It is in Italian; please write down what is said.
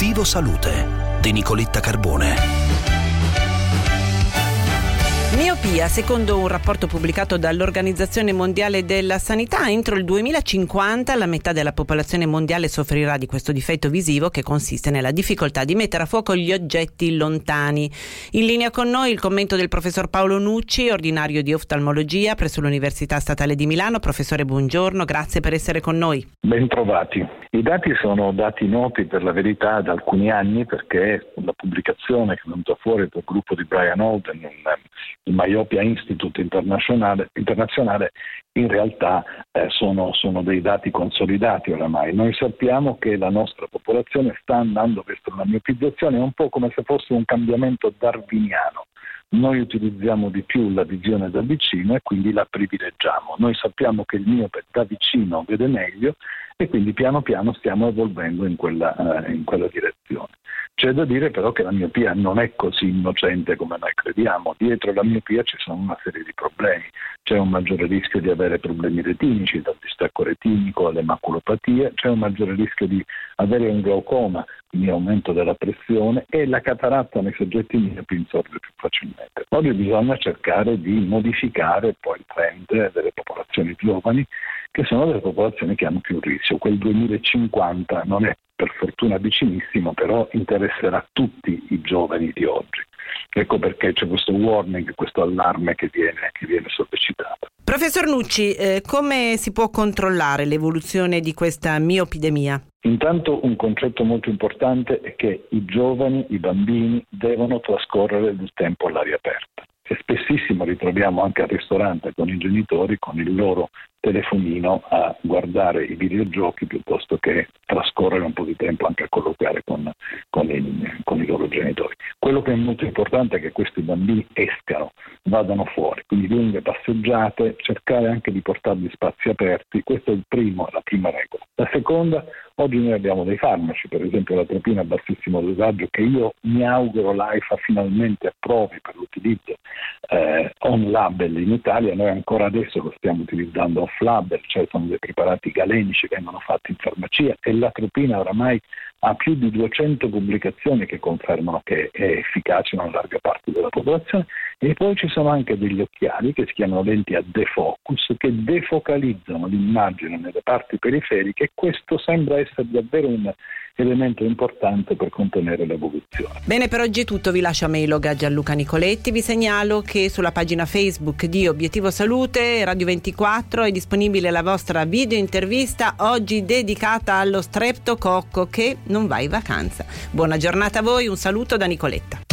Obiettivo Salute di Nicoletta Carbone. Miopia, secondo un rapporto pubblicato dall'Organizzazione Mondiale della Sanità, entro il 2050 la metà della popolazione mondiale soffrirà di questo difetto visivo che consiste nella difficoltà di mettere a fuoco gli oggetti lontani. In linea con noi il commento del professor Paolo Nucci, ordinario di oftalmologia presso l'Università Statale di Milano. Professore, buongiorno, grazie per essere con noi. Ben trovati. I dati sono dati noti per la verità da alcuni anni, perché la pubblicazione che è venuta fuori dal gruppo di Brian Holden, il Myopia Institute internazionale, in realtà sono dei dati consolidati oramai. Noi sappiamo che la nostra popolazione sta andando verso una miopizzazione, un po' come se fosse un cambiamento darwiniano. Noi utilizziamo di più la visione da vicino e quindi la privilegiamo. Noi sappiamo che il miope da vicino vede meglio e quindi piano piano stiamo evolvendo in quella direzione. C'è da dire però che la miopia non è così innocente come noi crediamo. Dietro la miopia ci sono una serie di problemi. C'è un maggiore rischio di avere problemi retinici, dal distacco retinico alle maculopatie, c'è un maggiore rischio di avere un glaucoma, quindi aumento della pressione, e la cataratta nei soggetti miopi insorge più facilmente. Oggi bisogna cercare di modificare poi il trend delle popolazioni giovani, che sono delle popolazioni che hanno più rischio. Quel 2050 non è per fortuna vicinissimo, però interesserà tutti i giovani di oggi. Ecco perché c'è questo warning, questo allarme che viene sollecitato. Professor Nucci, come si può controllare l'evoluzione di questa miopidemia? Intanto un concetto molto importante è che i giovani, i bambini, devono trascorrere del tempo all'aria aperta. E spessissimo ritroviamo anche al ristorante con i genitori con il loro telefonino a guardare i videogiochi piuttosto che trascorrere un po' di tempo anche a colloquiare con i loro genitori. Quello che è molto importante è che questi bambini escano, vadano fuori, quindi lunghe passeggiate, cercare anche di portarli in spazi aperti. Questa è la prima regola. La seconda, oggi noi abbiamo dei farmaci, per esempio l'atropina a bassissimo dosaggio, che io mi auguro l'AIFA finalmente approvi per l'utilizzo on label in Italia. Noi ancora adesso lo stiamo utilizzando off label, cioè sono dei preparati galenici che vengono fatti in farmacia, e l'atropina oramai ha più di 200 pubblicazioni che confermano che è efficace in una larga parte della popolazione. E poi ci sono anche degli occhiali che si chiamano lenti a defocus, che defocalizzano l'immagine nelle parti periferiche, e questo sembra essere davvero un elemento importante per contenere l'evoluzione. Bene, per oggi è tutto. Vi lascio a Mailoga Gianluca Nicoletti. Vi segnalo che sulla pagina Facebook di Obiettivo Salute Radio 24 è disponibile la vostra video intervista, oggi dedicata allo streptococco che non va in vacanza. Buona giornata a voi, un saluto da Nicoletta.